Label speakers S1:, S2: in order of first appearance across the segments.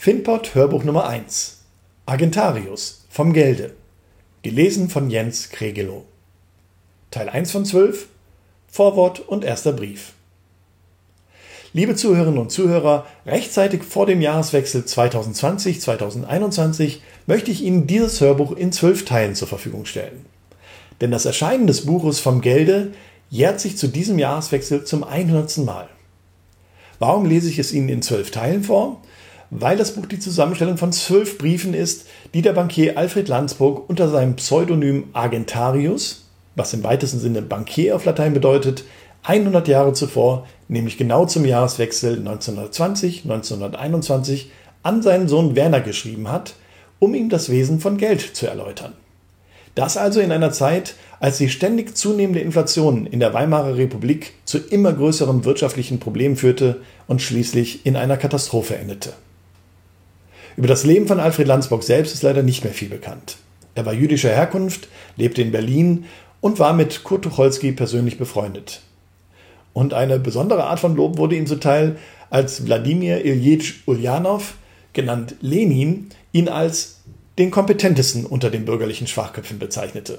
S1: Finpod Hörbuch Nummer 1 Argentarius vom Gelde. Gelesen von Jens Kregelow. Teil 1 von 12. Vorwort und erster Brief. Liebe Zuhörerinnen und Zuhörer, rechtzeitig vor dem Jahreswechsel 2020-2021 möchte ich Ihnen dieses Hörbuch in 12 Teilen zur Verfügung stellen. Denn das Erscheinen des Buches vom Gelde jährt sich zu diesem Jahreswechsel zum 100. Mal. Warum lese ich es Ihnen in 12 Teilen vor? Weil das Buch die Zusammenstellung von 12 Briefen ist, die der Bankier Alfred Landsburg unter seinem Pseudonym Argentarius, was im weitesten Sinne Bankier auf Latein bedeutet, 100 Jahre zuvor, nämlich genau zum Jahreswechsel 1920-1921, an seinen Sohn Werner geschrieben hat, um ihm das Wesen von Geld zu erläutern. Das also in einer Zeit, als die ständig zunehmende Inflation in der Weimarer Republik zu immer größeren wirtschaftlichen Problemen führte und schließlich in einer Katastrophe endete. Über das Leben von Alfred Landsburg selbst ist leider nicht mehr viel bekannt. Er war jüdischer Herkunft, lebte in Berlin und war mit Kurt Tucholsky persönlich befreundet. Und eine besondere Art von Lob wurde ihm zuteil, als Wladimir Iljitsch Uljanov, genannt Lenin, ihn als den kompetentesten unter den bürgerlichen Schwachköpfen bezeichnete.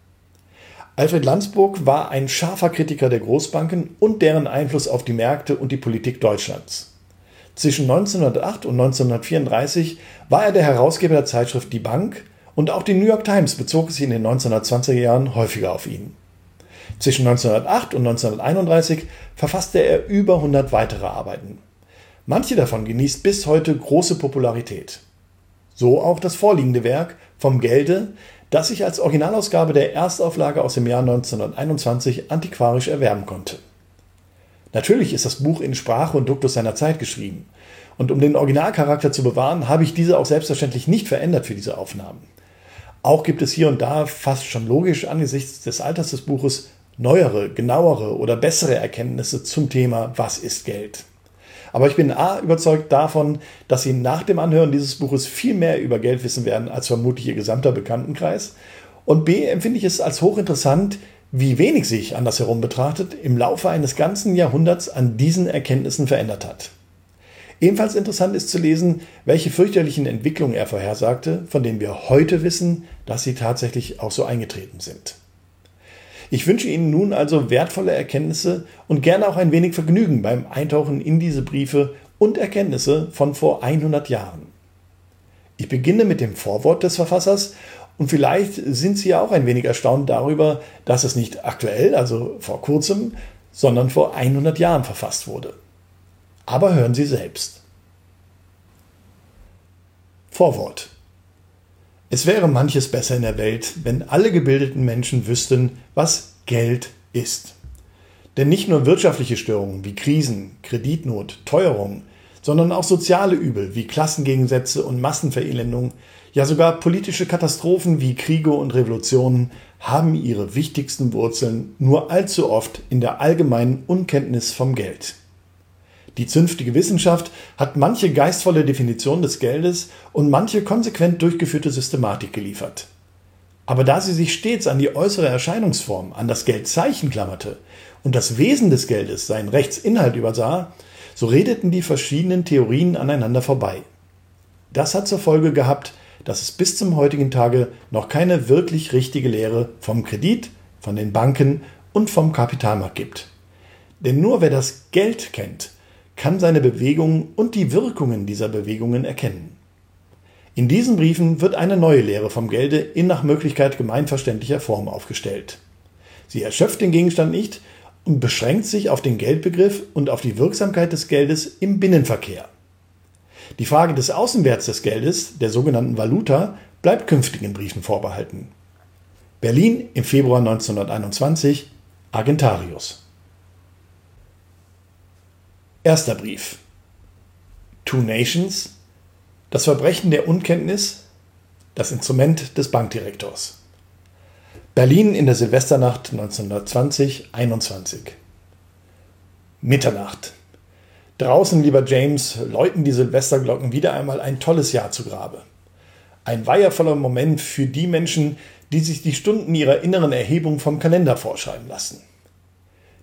S1: Alfred Landsburg war ein scharfer Kritiker der Großbanken und deren Einfluss auf die Märkte und die Politik Deutschlands. Zwischen 1908 und 1934 war er der Herausgeber der Zeitschrift Die Bank und auch die New York Times bezog sich in den 1920er Jahren häufiger auf ihn. Zwischen 1908 und 1931 verfasste er über 100 weitere Arbeiten. Manche davon genießt bis heute große Popularität. So auch das vorliegende Werk Vom Gelde, das sich als Originalausgabe der Erstauflage aus dem Jahr 1921 antiquarisch erwerben konnte. Natürlich ist das Buch in Sprache und Duktus seiner Zeit geschrieben. Und um den Originalcharakter zu bewahren, habe ich diese auch selbstverständlich nicht verändert für diese Aufnahmen. Auch gibt es hier und da, fast schon logisch angesichts des Alters des Buches, neuere, genauere oder bessere Erkenntnisse zum Thema Was ist Geld? Aber ich bin A. überzeugt davon, dass Sie nach dem Anhören dieses Buches viel mehr über Geld wissen werden als vermutlich Ihr gesamter Bekanntenkreis. Und B. empfinde ich es als hochinteressant, wie wenig sich, andersherum betrachtet, im Laufe eines ganzen Jahrhunderts an diesen Erkenntnissen verändert hat. Ebenfalls interessant ist zu lesen, welche fürchterlichen Entwicklungen er vorhersagte, von denen wir heute wissen, dass sie tatsächlich auch so eingetreten sind. Ich wünsche Ihnen nun also wertvolle Erkenntnisse und gerne auch ein wenig Vergnügen beim Eintauchen in diese Briefe und Erkenntnisse von vor 100 Jahren. Ich beginne mit dem Vorwort des Verfassers und vielleicht sind Sie ja auch ein wenig erstaunt darüber, dass es nicht aktuell, also vor kurzem, sondern vor 100 Jahren verfasst wurde. Aber hören Sie selbst. Vorwort. Es wäre manches besser in der Welt, wenn alle gebildeten Menschen wüssten, was Geld ist. Denn nicht nur wirtschaftliche Störungen wie Krisen, Kreditnot, Teuerung, sondern auch soziale Übel wie Klassengegensätze und Massenverelendung, ja sogar politische Katastrophen wie Kriege und Revolutionen haben ihre wichtigsten Wurzeln nur allzu oft in der allgemeinen Unkenntnis vom Geld. Die zünftige Wissenschaft hat manche geistvolle Definition des Geldes und manche konsequent durchgeführte Systematik geliefert. Aber da sie sich stets an die äußere Erscheinungsform, an das Geldzeichen klammerte und das Wesen des Geldes, seinen Rechtsinhalt übersah, so redeten die verschiedenen Theorien aneinander vorbei. Das hat zur Folge gehabt, dass es bis zum heutigen Tage noch keine wirklich richtige Lehre vom Kredit, von den Banken und vom Kapitalmarkt gibt. Denn nur wer das Geld kennt, kann seine Bewegungen und die Wirkungen dieser Bewegungen erkennen. In diesen Briefen wird eine neue Lehre vom Gelde in nach Möglichkeit gemeinverständlicher Form aufgestellt. Sie erschöpft den Gegenstand nicht und beschränkt sich auf den Geldbegriff und auf die Wirksamkeit des Geldes im Binnenverkehr. Die Frage des Außenwerts des Geldes, der sogenannten Valuta, bleibt künftigen Briefen vorbehalten. Berlin im Februar 1921, Argentarius. Erster Brief. Two Nations. Das Verbrechen der Unkenntnis. Das Instrument des Bankdirektors. Berlin in der Silvesternacht 1920-21. Mitternacht. Draußen, lieber James, läuten die Silvesterglocken wieder einmal ein tolles Jahr zu Grabe. Ein weihevoller Moment für die Menschen, die sich die Stunden ihrer inneren Erhebung vom Kalender vorschreiben lassen.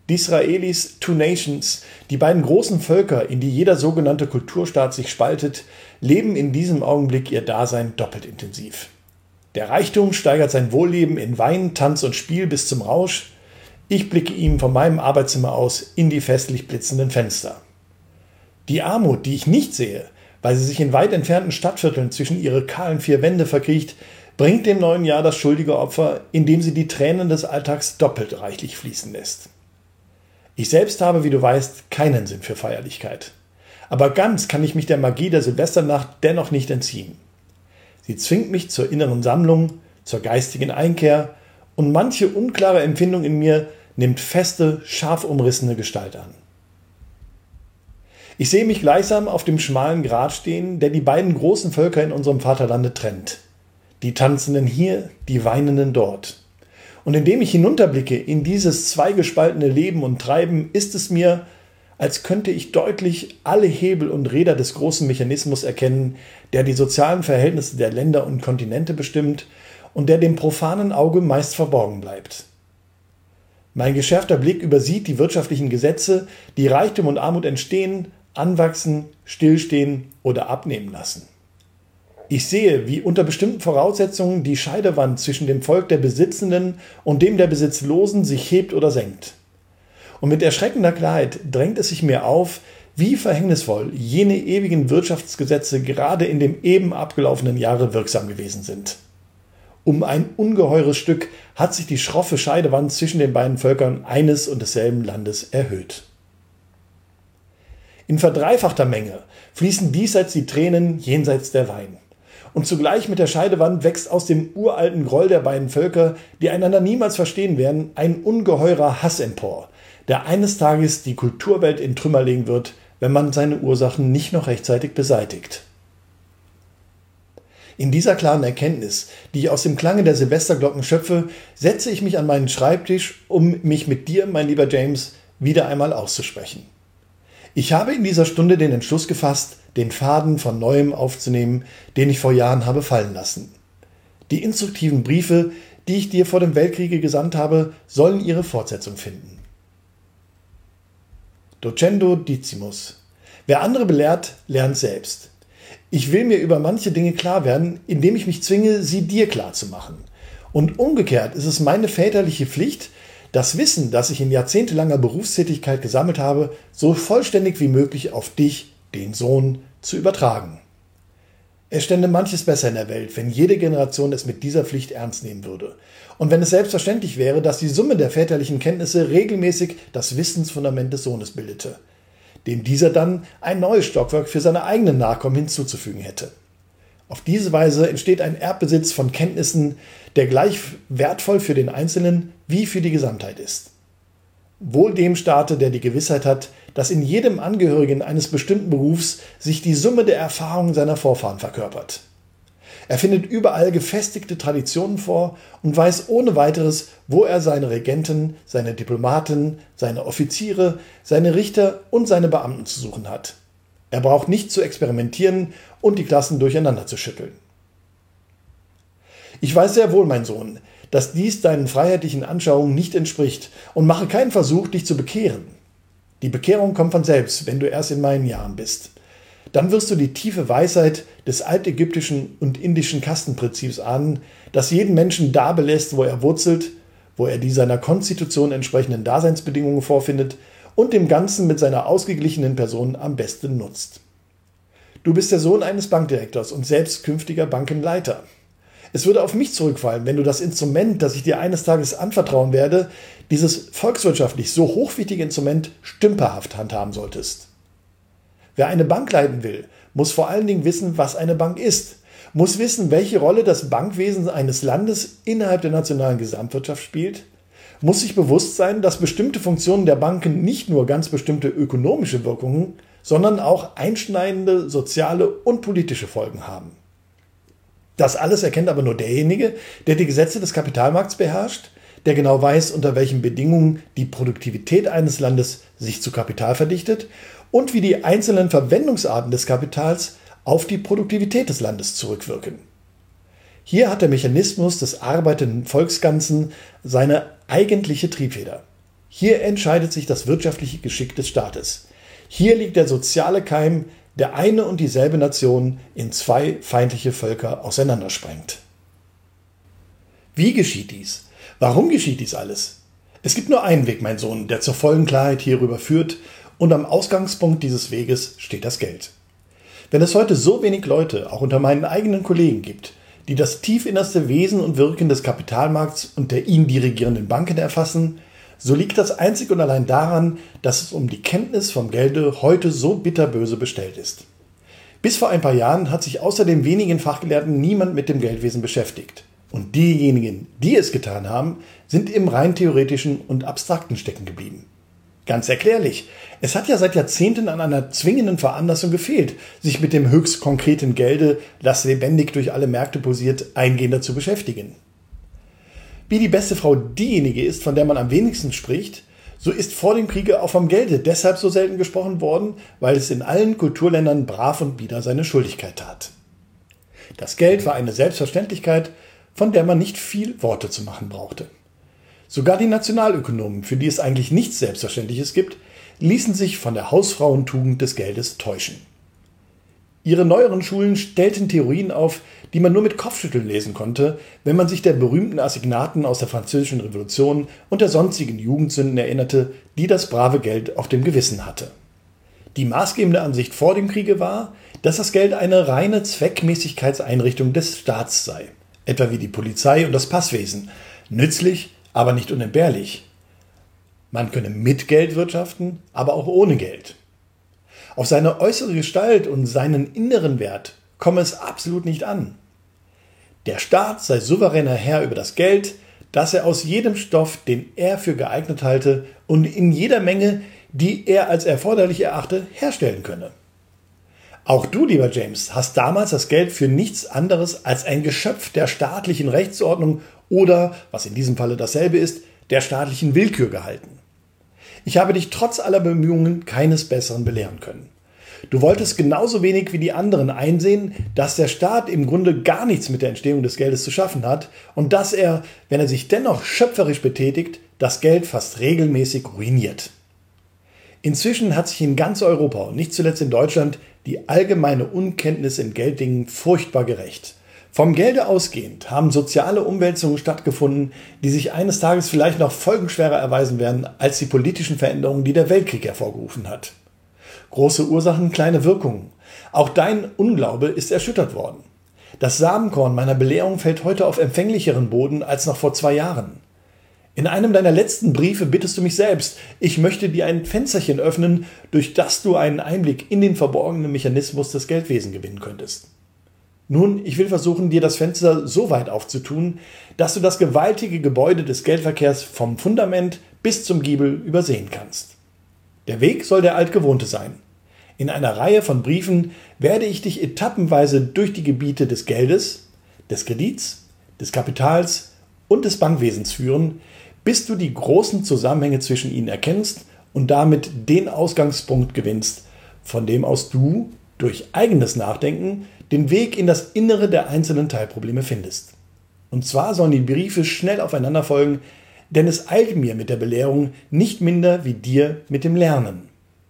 S1: Disraelis Two Nations, die beiden großen Völker, in die jeder sogenannte Kulturstaat sich spaltet, leben in diesem Augenblick ihr Dasein doppelt intensiv. Der Reichtum steigert sein Wohlleben in Wein, Tanz und Spiel bis zum Rausch. Ich blicke ihm von meinem Arbeitszimmer aus in die festlich blitzenden Fenster. Die Armut, die ich nicht sehe, weil sie sich in weit entfernten Stadtvierteln zwischen ihre kahlen vier Wände verkriecht, bringt dem neuen Jahr das schuldige Opfer, indem sie die Tränen des Alltags doppelt reichlich fließen lässt. Ich selbst habe, wie du weißt, keinen Sinn für Feierlichkeit. Aber ganz kann ich mich der Magie der Silvesternacht dennoch nicht entziehen. Sie zwingt mich zur inneren Sammlung, zur geistigen Einkehr und manche unklare Empfindung in mir nimmt feste, scharf umrissene Gestalt an. Ich sehe mich gleichsam auf dem schmalen Grat stehen, der die beiden großen Völker in unserem Vaterlande trennt. Die Tanzenden hier, die Weinenden dort. Und indem ich hinunterblicke in dieses zweigespaltene Leben und Treiben, ist es mir, als könnte ich deutlich alle Hebel und Räder des großen Mechanismus erkennen, der die sozialen Verhältnisse der Länder und Kontinente bestimmt und der dem profanen Auge meist verborgen bleibt. Mein geschärfter Blick übersieht die wirtschaftlichen Gesetze, die Reichtum und Armut entstehen, anwachsen, stillstehen oder abnehmen lassen. Ich sehe, wie unter bestimmten Voraussetzungen die Scheidewand zwischen dem Volk der Besitzenden und dem der Besitzlosen sich hebt oder senkt. Und mit erschreckender Klarheit drängt es sich mir auf, wie verhängnisvoll jene ewigen Wirtschaftsgesetze gerade in dem eben abgelaufenen Jahre wirksam gewesen sind. Um ein ungeheures Stück hat sich die schroffe Scheidewand zwischen den beiden Völkern eines und desselben Landes erhöht. In verdreifachter Menge fließen diesseits die Tränen, jenseits der Wein. Und zugleich mit der Scheidewand wächst aus dem uralten Groll der beiden Völker, die einander niemals verstehen werden, ein ungeheurer Hass empor, der eines Tages die Kulturwelt in Trümmer legen wird, wenn man seine Ursachen nicht noch rechtzeitig beseitigt. In dieser klaren Erkenntnis, die ich aus dem Klange der Silvesterglocken schöpfe, setze ich mich an meinen Schreibtisch, um mich mit dir, mein lieber James, wieder einmal auszusprechen. Ich habe in dieser Stunde den Entschluss gefasst, den Faden von Neuem aufzunehmen, den ich vor Jahren habe fallen lassen. Die instruktiven Briefe, die ich dir vor dem Weltkriege gesandt habe, sollen ihre Fortsetzung finden. Docendo dicimus. Wer andere belehrt, lernt selbst. Ich will mir über manche Dinge klar werden, indem ich mich zwinge, sie dir klar zu machen. Und umgekehrt ist es meine väterliche Pflicht, das Wissen, das ich in jahrzehntelanger Berufstätigkeit gesammelt habe, so vollständig wie möglich auf dich, den Sohn, zu übertragen. Es stände manches besser in der Welt, wenn jede Generation es mit dieser Pflicht ernst nehmen würde. Und wenn es selbstverständlich wäre, dass die Summe der väterlichen Kenntnisse regelmäßig das Wissensfundament des Sohnes bildete, dem dieser dann ein neues Stockwerk für seine eigenen Nachkommen hinzuzufügen hätte. Auf diese Weise entsteht ein Erbbesitz von Kenntnissen, der gleich wertvoll für den Einzelnen wie für die Gesamtheit ist. Wohl dem Staate, der die Gewissheit hat, dass in jedem Angehörigen eines bestimmten Berufs sich die Summe der Erfahrungen seiner Vorfahren verkörpert. Er findet überall gefestigte Traditionen vor und weiß ohne weiteres, wo er seine Regenten, seine Diplomaten, seine Offiziere, seine Richter und seine Beamten zu suchen hat. Er braucht nicht zu experimentieren und die Klassen durcheinander zu schütteln. Ich weiß sehr wohl, mein Sohn, dass dies deinen freiheitlichen Anschauungen nicht entspricht und mache keinen Versuch, dich zu bekehren. Die Bekehrung kommt von selbst, wenn du erst in meinen Jahren bist. Dann wirst du die tiefe Weisheit des altägyptischen und indischen Kastenprinzips ahnen, das jeden Menschen da belässt, wo er wurzelt, wo er die seiner Konstitution entsprechenden Daseinsbedingungen vorfindet und dem Ganzen mit seiner ausgeglichenen Person am besten nutzt. Du bist der Sohn eines Bankdirektors und selbst künftiger Bankenleiter. Es würde auf mich zurückfallen, wenn du das Instrument, das ich dir eines Tages anvertrauen werde, dieses volkswirtschaftlich so hochwichtige Instrument stümperhaft handhaben solltest. Wer eine Bank leiten will, muss vor allen Dingen wissen, was eine Bank ist, muss wissen, welche Rolle das Bankwesen eines Landes innerhalb der nationalen Gesamtwirtschaft spielt, muss sich bewusst sein, dass bestimmte Funktionen der Banken nicht nur ganz bestimmte ökonomische Wirkungen, sondern auch einschneidende soziale und politische Folgen haben. Das alles erkennt aber nur derjenige, der die Gesetze des Kapitalmarkts beherrscht, der genau weiß, unter welchen Bedingungen die Produktivität eines Landes sich zu Kapital verdichtet und wie die einzelnen Verwendungsarten des Kapitals auf die Produktivität des Landes zurückwirken. Hier hat der Mechanismus des arbeitenden Volksganzen seine eigentliche Triebfeder. Hier entscheidet sich das wirtschaftliche Geschick des Staates. Hier liegt der soziale Keim, der eine und dieselbe Nation in zwei feindliche Völker auseinandersprengt. Wie geschieht dies? Warum geschieht dies alles? Es gibt nur einen Weg, mein Sohn, der zur vollen Klarheit hierüber führt, und am Ausgangspunkt dieses Weges steht das Geld. Wenn es heute so wenig Leute, auch unter meinen eigenen Kollegen, gibt, die das tiefinnerste Wesen und Wirken des Kapitalmarkts und der ihn dirigierenden Banken erfassen, so liegt das einzig und allein daran, dass es um die Kenntnis vom Gelde heute so bitterböse bestellt ist. Bis vor ein paar Jahren hat sich außer den wenigen Fachgelehrten niemand mit dem Geldwesen beschäftigt. Und diejenigen, die es getan haben, sind im rein theoretischen und abstrakten stecken geblieben. Ganz erklärlich, es hat ja seit Jahrzehnten an einer zwingenden Veranlassung gefehlt, sich mit dem höchst konkreten Gelde, das lebendig durch alle Märkte pulsiert, eingehender zu beschäftigen. Wie die beste Frau diejenige ist, von der man am wenigsten spricht, so ist vor dem Kriege auch vom Gelde deshalb so selten gesprochen worden, weil es in allen Kulturländern brav und bieder seine Schuldigkeit tat. Das Geld war eine Selbstverständlichkeit, von der man nicht viel Worte zu machen brauchte. Sogar die Nationalökonomen, für die es eigentlich nichts Selbstverständliches gibt, ließen sich von der Hausfrauentugend des Geldes täuschen. Ihre neueren Schulen stellten Theorien auf, die man nur mit Kopfschütteln lesen konnte, wenn man sich der berühmten Assignaten aus der Französischen Revolution und der sonstigen Jugendsünden erinnerte, die das brave Geld auf dem Gewissen hatte. Die maßgebende Ansicht vor dem Kriege war, dass das Geld eine reine Zweckmäßigkeitseinrichtung des Staats sei, etwa wie die Polizei und das Passwesen, nützlich, aber nicht unentbehrlich. Man könne mit Geld wirtschaften, aber auch ohne Geld. Auf seine äußere Gestalt und seinen inneren Wert komme es absolut nicht an. Der Staat sei souveräner Herr über das Geld, das er aus jedem Stoff, den er für geeignet halte und in jeder Menge, die er als erforderlich erachte, herstellen könne. Auch du, lieber James, hast damals das Geld für nichts anderes als ein Geschöpf der staatlichen Rechtsordnung oder, was in diesem Falle dasselbe ist, der staatlichen Willkür gehalten. Ich habe dich trotz aller Bemühungen keines Besseren belehren können. Du wolltest genauso wenig wie die anderen einsehen, dass der Staat im Grunde gar nichts mit der Entstehung des Geldes zu schaffen hat und dass er, wenn er sich dennoch schöpferisch betätigt, das Geld fast regelmäßig ruiniert. Inzwischen hat sich in ganz Europa und nicht zuletzt in Deutschland die allgemeine Unkenntnis in Gelddingen furchtbar gerächt. Vom Gelde ausgehend haben soziale Umwälzungen stattgefunden, die sich eines Tages vielleicht noch folgenschwerer erweisen werden als die politischen Veränderungen, die der Weltkrieg hervorgerufen hat. Große Ursachen, kleine Wirkungen. Auch dein Unglaube ist erschüttert worden. Das Samenkorn meiner Belehrung fällt heute auf empfänglicheren Boden als noch vor 2 Jahren. In einem deiner letzten Briefe bittest du mich selbst, ich möchte dir ein Fensterchen öffnen, durch das du einen Einblick in den verborgenen Mechanismus des Geldwesens gewinnen könntest. Nun, ich will versuchen, dir das Fenster so weit aufzutun, dass du das gewaltige Gebäude des Geldverkehrs vom Fundament bis zum Giebel übersehen kannst. Der Weg soll der altgewohnte sein. In einer Reihe von Briefen werde ich dich etappenweise durch die Gebiete des Geldes, des Kredits, des Kapitals und des Bankwesens führen, bis du die großen Zusammenhänge zwischen ihnen erkennst und damit den Ausgangspunkt gewinnst, von dem aus du durch eigenes Nachdenken den Weg in das Innere der einzelnen Teilprobleme findest. Und zwar sollen die Briefe schnell aufeinander folgen, denn es eilt mir mit der Belehrung nicht minder wie dir mit dem Lernen.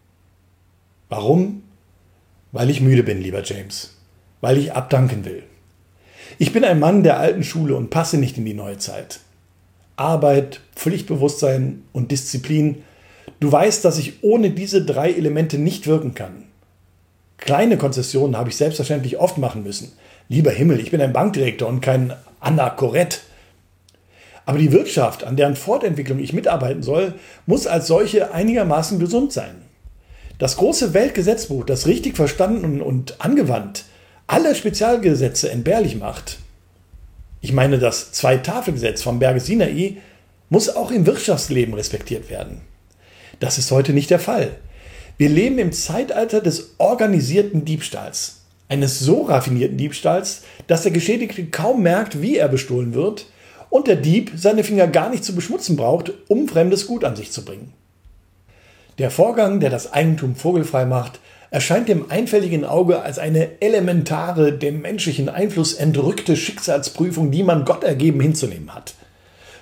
S1: Warum? Weil ich müde bin, lieber James. Weil ich abdanken will. Ich bin ein Mann der alten Schule und passe nicht in die neue Zeit. Arbeit, Pflichtbewusstsein und Disziplin. Du weißt, dass ich ohne diese 3 Elemente nicht wirken kann. Kleine Konzessionen habe ich selbstverständlich oft machen müssen. Lieber Himmel, ich bin ein Bankdirektor und kein Anachorett. Aber die Wirtschaft, an deren Fortentwicklung ich mitarbeiten soll, muss als solche einigermaßen gesund sein. Das große Weltgesetzbuch, das richtig verstanden und angewandt alle Spezialgesetze entbehrlich macht, ich meine das 2-Tafel-Gesetz vom Berge Sinai, muss auch im Wirtschaftsleben respektiert werden. Das ist heute nicht der Fall. Wir leben im Zeitalter des organisierten Diebstahls. Eines so raffinierten Diebstahls, dass der Geschädigte kaum merkt, wie er bestohlen wird und der Dieb seine Finger gar nicht zu beschmutzen braucht, um fremdes Gut an sich zu bringen. Der Vorgang, der das Eigentum vogelfrei macht, erscheint dem einfältigen Auge als eine elementare, dem menschlichen Einfluss entrückte Schicksalsprüfung, die man Gott ergeben hinzunehmen hat.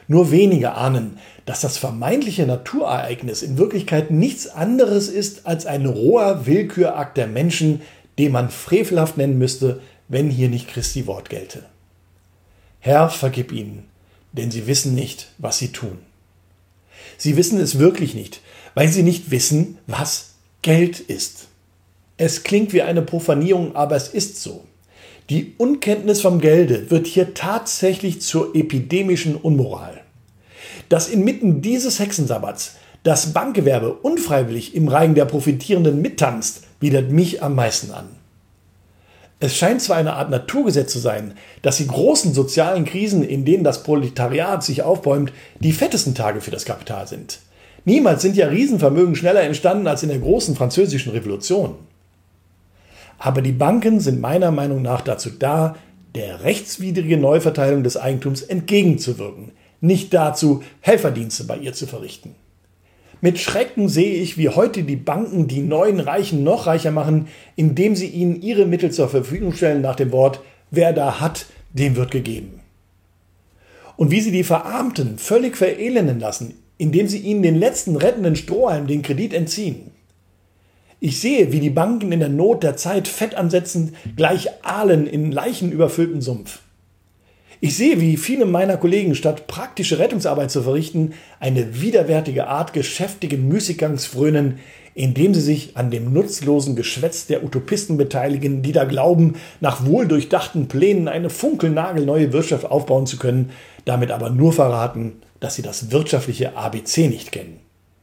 S1: Nur wenige ahnen, dass das vermeintliche Naturereignis in Wirklichkeit nichts anderes ist als ein roher Willkürakt der Menschen, den man frevelhaft nennen müsste, wenn hier nicht Christi Wort gelte. Herr, vergib ihnen, denn sie wissen nicht, was sie tun. Sie wissen es wirklich nicht, weil sie nicht wissen, was Geld ist. Es klingt wie eine Profanierung, aber es ist so. Die Unkenntnis vom Gelde wird hier tatsächlich zur epidemischen Unmoral. Dass inmitten dieses Hexensabbats das Bankgewerbe unfreiwillig im Reigen der Profitierenden mittanzt, widert mich am meisten an. Es scheint zwar eine Art Naturgesetz zu sein, dass die großen sozialen Krisen, in denen das Proletariat sich aufbäumt, die fettesten Tage für das Kapital sind. Niemals sind ja Riesenvermögen schneller entstanden als in der großen französischen Revolution. Aber die Banken sind meiner Meinung nach dazu da, der rechtswidrigen Neuverteilung des Eigentums entgegenzuwirken, nicht dazu, Helferdienste bei ihr zu verrichten. Mit Schrecken sehe ich, wie heute die Banken die neuen Reichen noch reicher machen, indem sie ihnen ihre Mittel zur Verfügung stellen nach dem Wort, wer da hat, dem wird gegeben. Und wie sie die Verarmten völlig verelenden lassen, indem sie ihnen den letzten rettenden Strohhalm, den Kredit, entziehen. Ich sehe, wie die Banken in der Not der Zeit Fett ansetzen, gleich Aalen in leichenüberfüllten Sumpf. Ich sehe, wie viele meiner Kollegen statt praktische Rettungsarbeit zu verrichten, eine widerwärtige Art geschäftigen Müßiggangs frönen, indem sie sich an dem nutzlosen Geschwätz der Utopisten beteiligen, die da glauben, nach wohldurchdachten Plänen eine funkelnagelneue Wirtschaft aufbauen zu können, damit aber nur verraten, dass sie das wirtschaftliche ABC nicht kennen.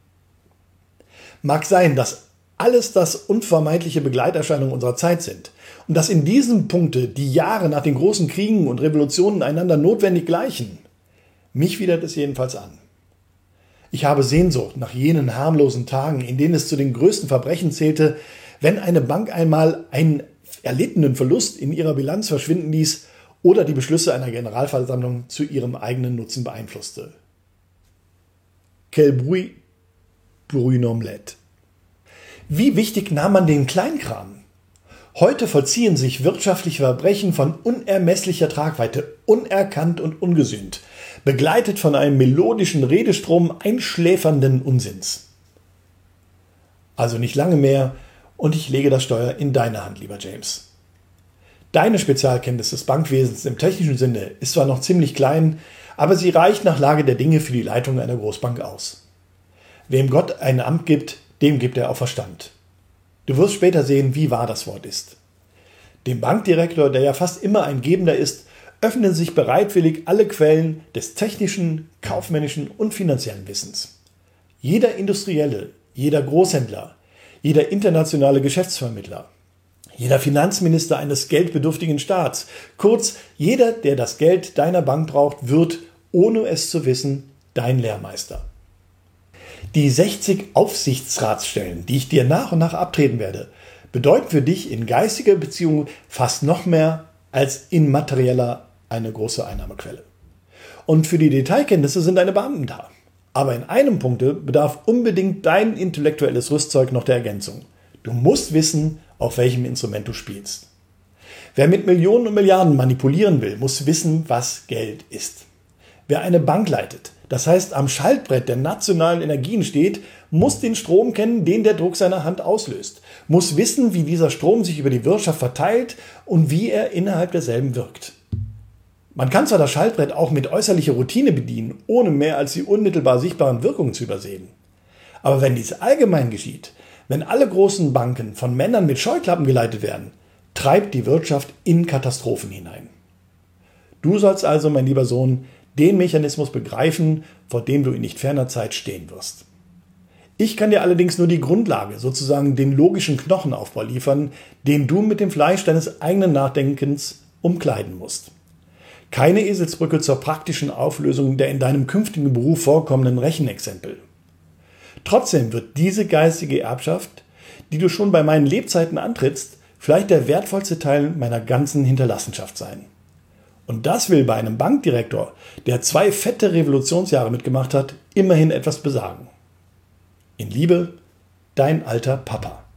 S1: Mag sein, dass alles das unvermeidliche Begleiterscheinungen unserer Zeit sind und dass in diesem Punkte die Jahre nach den großen Kriegen und Revolutionen einander notwendig gleichen. Mich widert es jedenfalls an. Ich habe Sehnsucht nach jenen harmlosen Tagen, in denen es zu den größten Verbrechen zählte, wenn eine Bank einmal einen erlittenen Verlust in ihrer Bilanz verschwinden ließ oder die Beschlüsse einer Generalversammlung zu ihrem eigenen Nutzen beeinflusste. Quel bruit pour une omelette. Wie wichtig nahm man den Kleinkram? Heute vollziehen sich wirtschaftliche Verbrechen von unermesslicher Tragweite, unerkannt und ungesühnt, begleitet von einem melodischen Redestrom einschläfernden Unsinns. Also nicht lange mehr und ich lege das Steuer in deine Hand, lieber James. Deine Spezialkenntnis des Bankwesens im technischen Sinne ist zwar noch ziemlich klein, aber sie reicht nach Lage der Dinge für die Leitung einer Großbank aus. Wem Gott ein Amt gibt, dem gibt er auch Verstand. Du wirst später sehen, wie wahr das Wort ist. Dem Bankdirektor, der ja fast immer ein Gebender ist, öffnen sich bereitwillig alle Quellen des technischen, kaufmännischen und finanziellen Wissens. Jeder Industrielle, jeder Großhändler, jeder internationale Geschäftsvermittler, jeder Finanzminister eines geldbedürftigen Staats, kurz jeder, der das Geld deiner Bank braucht, wird, ohne es zu wissen, dein Lehrmeister. Die 60 Aufsichtsratsstellen, die ich dir nach und nach abtreten werde, bedeuten für dich in geistiger Beziehung fast noch mehr als in materieller eine große Einnahmequelle. Und für die Detailkenntnisse sind deine Beamten da. Aber in einem Punkt bedarf unbedingt dein intellektuelles Rüstzeug noch der Ergänzung. Du musst wissen, auf welchem Instrument du spielst. Wer mit Millionen und Milliarden manipulieren will, muss wissen, was Geld ist. Wer eine Bank leitet, das heißt am Schaltbrett der nationalen Energien steht, muss den Strom kennen, den der Druck seiner Hand auslöst, muss wissen, wie dieser Strom sich über die Wirtschaft verteilt und wie er innerhalb derselben wirkt. Man kann zwar das Schaltbrett auch mit äußerlicher Routine bedienen, ohne mehr als die unmittelbar sichtbaren Wirkungen zu übersehen. Aber wenn dies allgemein geschieht, wenn alle großen Banken von Männern mit Scheuklappen geleitet werden, treibt die Wirtschaft in Katastrophen hinein. Du sollst also, mein lieber Sohn, den Mechanismus begreifen, vor dem du in nicht ferner Zeit stehen wirst. Ich kann dir allerdings nur die Grundlage, sozusagen den logischen Knochenaufbau liefern, den du mit dem Fleisch deines eigenen Nachdenkens umkleiden musst. Keine Eselsbrücke zur praktischen Auflösung der in deinem künftigen Beruf vorkommenden Rechenexempel. Trotzdem wird diese geistige Erbschaft, die du schon bei meinen Lebzeiten antrittst, vielleicht der wertvollste Teil meiner ganzen Hinterlassenschaft sein. Und das will bei einem Bankdirektor, der 2 fette Revolutionsjahre mitgemacht hat, immerhin etwas besagen. In Liebe, dein alter Papa.